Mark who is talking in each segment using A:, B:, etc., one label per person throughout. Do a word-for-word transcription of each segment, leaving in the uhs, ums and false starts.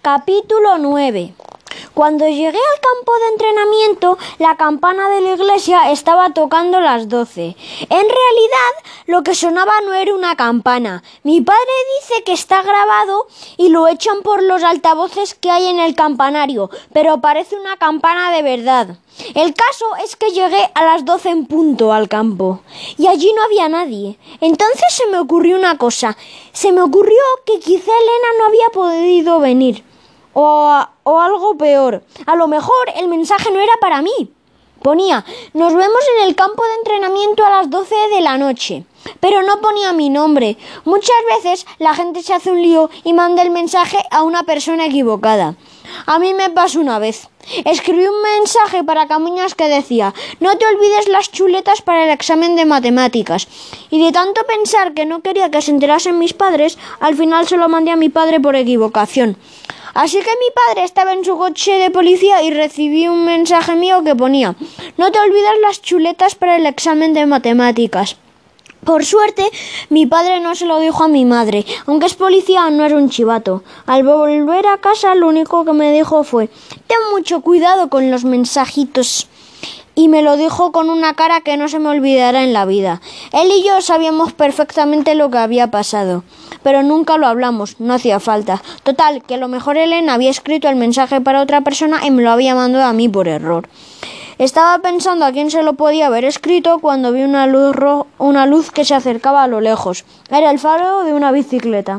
A: Capítulo nueve. Cuando llegué al campo de entrenamiento, la campana de la iglesia estaba tocando las doce. En realidad, lo que sonaba no era una campana. Mi padre dice que está grabado y lo echan por los altavoces que hay en el campanario, pero parece una campana de verdad. El caso es que llegué a las doce en punto al campo y allí no había nadie. Entonces se me ocurrió una cosa. Se me ocurrió que quizá Elena no había podido venir. O, o algo peor. A lo mejor el mensaje no era para mí. Ponía, nos vemos en el campo de entrenamiento a las doce de la noche. Pero no ponía mi nombre. Muchas veces la gente se hace un lío y manda el mensaje a una persona equivocada. A mí me pasó una vez. Escribí un mensaje para Camuñas que decía, no te olvides las chuletas para el examen de matemáticas. Y de tanto pensar que no quería que se enterasen mis padres, al final se lo mandé a mi padre por equivocación. Así que mi padre estaba en su coche de policía y recibí un mensaje mío que ponía, no te olvides las chuletas para el examen de matemáticas. Por suerte, mi padre no se lo dijo a mi madre, aunque es policía, no es un chivato. Al volver a casa, lo único que me dijo fue, ten mucho cuidado con los mensajitos. Y me lo dijo con una cara que no se me olvidará en la vida. Él y yo sabíamos perfectamente lo que había pasado, pero nunca lo hablamos, no hacía falta. Total, que a lo mejor Elena había escrito el mensaje para otra persona y me lo había mandado a mí por error. Estaba pensando a quién se lo podía haber escrito cuando vi una luz, ro- una luz que se acercaba a lo lejos. Era el faro de una bicicleta.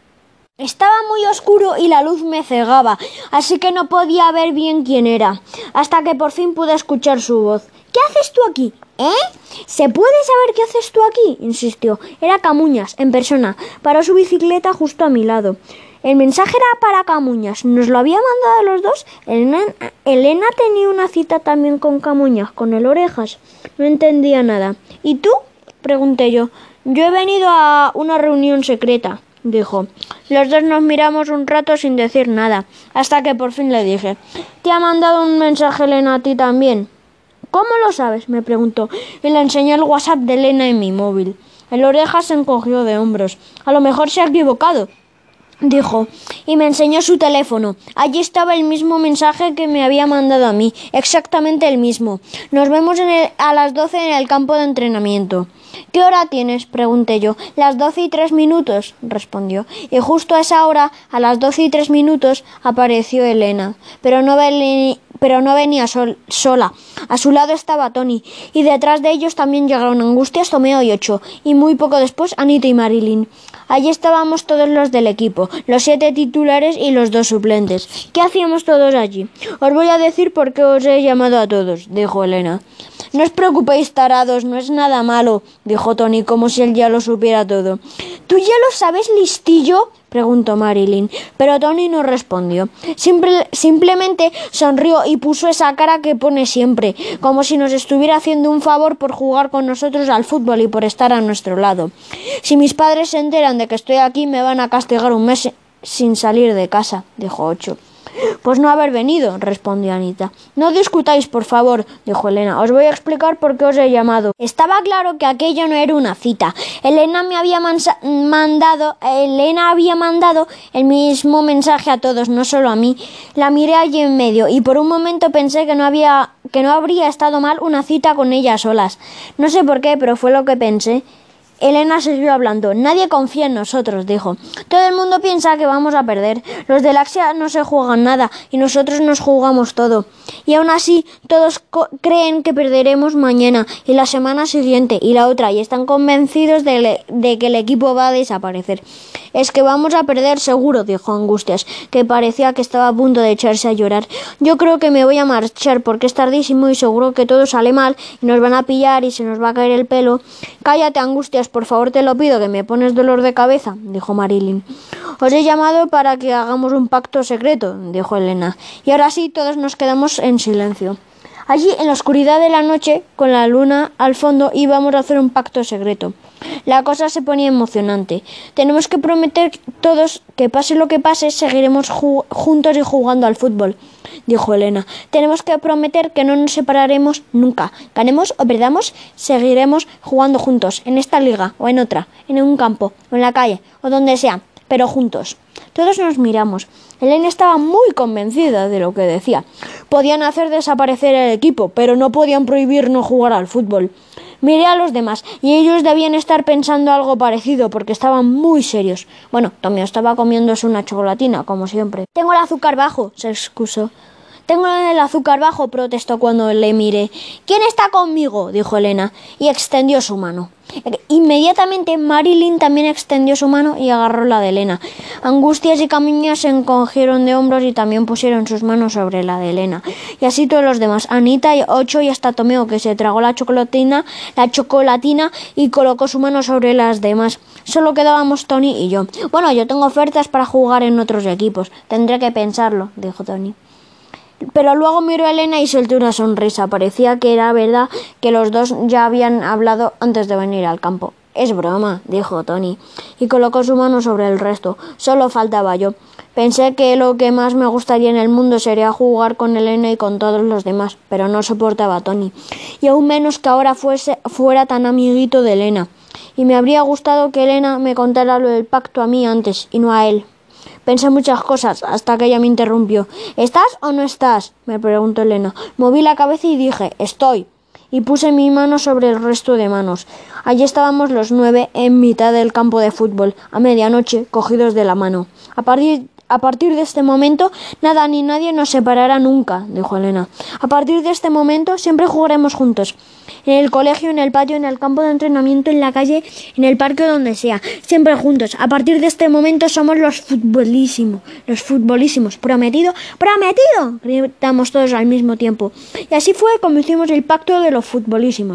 A: Estaba muy oscuro y la luz me cegaba, así que no podía ver bien quién era, hasta que por fin pude escuchar su voz. ¿Qué haces tú aquí? ¿Eh? ¿Se puede saber qué haces tú aquí? Insistió. Era Camuñas, en persona. Paró su bicicleta justo a mi lado. El mensaje era para Camuñas. ¿Nos lo había mandado a los dos? Elena, Elena tenía una cita también con Camuñas, con el Orejas. No entendía nada. ¿Y tú? Pregunté yo. Yo he venido a una reunión secreta, dijo. Los dos nos miramos un rato sin decir nada, hasta que por fin le dije, ¿te ha mandado un mensaje Elena a ti también? ¿Cómo lo sabes? Me preguntó, y le enseñé el WhatsApp de Elena en mi móvil. El Orejas se encogió de hombros. A lo mejor se ha equivocado, dijo, y me enseñó su teléfono. Allí estaba el mismo mensaje que me había mandado a mí, exactamente el mismo. Nos vemos en el, a las doce en el campo de entrenamiento. ¿Qué hora tienes? Pregunté yo. Las doce y tres minutos, respondió. Y justo a esa hora, a las doce y tres minutos, apareció Elena. Pero no, ven, pero no venía sol, sola. A su lado estaba Tony. Y detrás de ellos también llegaron Angustias, Tomeo y Ocho. Y muy poco después, Anita y Marilyn. Allí estábamos todos los del equipo, los siete titulares y los dos suplentes. ¿Qué hacíamos todos allí? Os voy a decir por qué os he llamado a todos, dijo Elena. No os preocupéis, tarados, no es nada malo, dijo Tony, como si él ya lo supiera todo. ¿Tú ya lo sabes, listillo? Preguntó Marilyn, pero Tony no respondió. Simple, simplemente sonrió y puso esa cara que pone siempre, como si nos estuviera haciendo un favor por jugar con nosotros al fútbol y por estar a nuestro lado. Si mis padres se enteran de que estoy aquí, me van a castigar un mes sin salir de casa, dijo Ocho. Pues no haber venido, respondió Anita. No discutáis, por favor, dijo Elena. Os voy a explicar por qué os he llamado. Estaba claro que aquello no era una cita. Elena me había mandado, Elena había mandado el mismo mensaje a todos, no solo a mí. La miré allí en medio y por un momento pensé que no había, que no habría estado mal una cita con ella solas. No sé por qué, pero fue lo que pensé. Elena siguió hablando. Nadie confía en nosotros, dijo. Todo el mundo piensa que vamos a perder. Los de Laxia no se juegan nada y nosotros nos jugamos todo. Y aún así, todos creen que perderemos mañana y la semana siguiente y la otra y están convencidos de, de que el equipo va a desaparecer. Es que vamos a perder seguro, dijo Angustias, que parecía que estaba a punto de echarse a llorar. Yo creo que me voy a marchar porque es tardísimo y seguro que todo sale mal y nos van a pillar y se nos va a caer el pelo. Cállate, Angustias, por favor te lo pido, que me pones dolor de cabeza, dijo Marilyn. Os he llamado para que hagamos un pacto secreto, dijo Elena. Y ahora sí, todos nos quedamos en silencio. Allí, en la oscuridad de la noche, con la luna al fondo, íbamos a hacer un pacto secreto. La cosa se ponía emocionante. Tenemos que prometer todos que pase lo que pase, seguiremos ju- juntos y jugando al fútbol, dijo Elena. Tenemos que prometer que no nos separaremos nunca. Ganemos o perdamos, seguiremos jugando juntos, en esta liga o en otra, en un campo o en la calle o donde sea, pero juntos. Todos nos miramos. Elena estaba muy convencida de lo que decía. Podían hacer desaparecer el equipo, pero no podían prohibirnos jugar al fútbol. Miré a los demás y ellos debían estar pensando algo parecido porque estaban muy serios. Bueno, Tommy estaba comiéndose una chocolatina, como siempre. Tengo el azúcar bajo, se excusó. Tengo el azúcar bajo, protestó cuando le miré. ¿Quién está conmigo?, dijo Elena, y extendió su mano. Inmediatamente Marilyn también extendió su mano y agarró la de Elena. Angustias y Camilla se encogieron de hombros y también pusieron sus manos sobre la de Elena. Y así todos los demás, Anita, y Ocho y hasta Tomeo, que se tragó la chocolatina, la chocolatina y colocó su mano sobre las demás. Solo quedábamos Tony y yo. Bueno, yo tengo ofertas para jugar en otros equipos. Tendré que pensarlo, dijo Tony. Pero luego miró a Elena y soltó una sonrisa. Parecía que era verdad que los dos ya habían hablado antes de venir al campo. Es broma, dijo Tony, y colocó su mano sobre el resto. Solo faltaba yo. Pensé que lo que más me gustaría en el mundo sería jugar con Elena y con todos los demás, pero no soportaba a Tony, y aún menos que ahora fuese, fuera tan amiguito de Elena. Y me habría gustado que Elena me contara lo del pacto a mí antes, y no a él. Pensé muchas cosas hasta que ella me interrumpió. ¿Estás o no estás?, me preguntó Elena. Moví la cabeza y dije, estoy. Y puse mi mano sobre el resto de manos. Allí estábamos los nueve en mitad del campo de fútbol, a medianoche, cogidos de la mano. A partir, a partir de este momento, nada ni nadie nos separará nunca, dijo Elena. A partir de este momento, siempre jugaremos juntos. En el colegio, en el patio, en el campo de entrenamiento, en la calle, en el parque, donde sea. Siempre juntos. A partir de este momento somos los futbolísimos. Los futbolísimos. ¿Prometido? ¡Prometido!, gritamos todos al mismo tiempo. Y así fue como hicimos el pacto de los futbolísimos.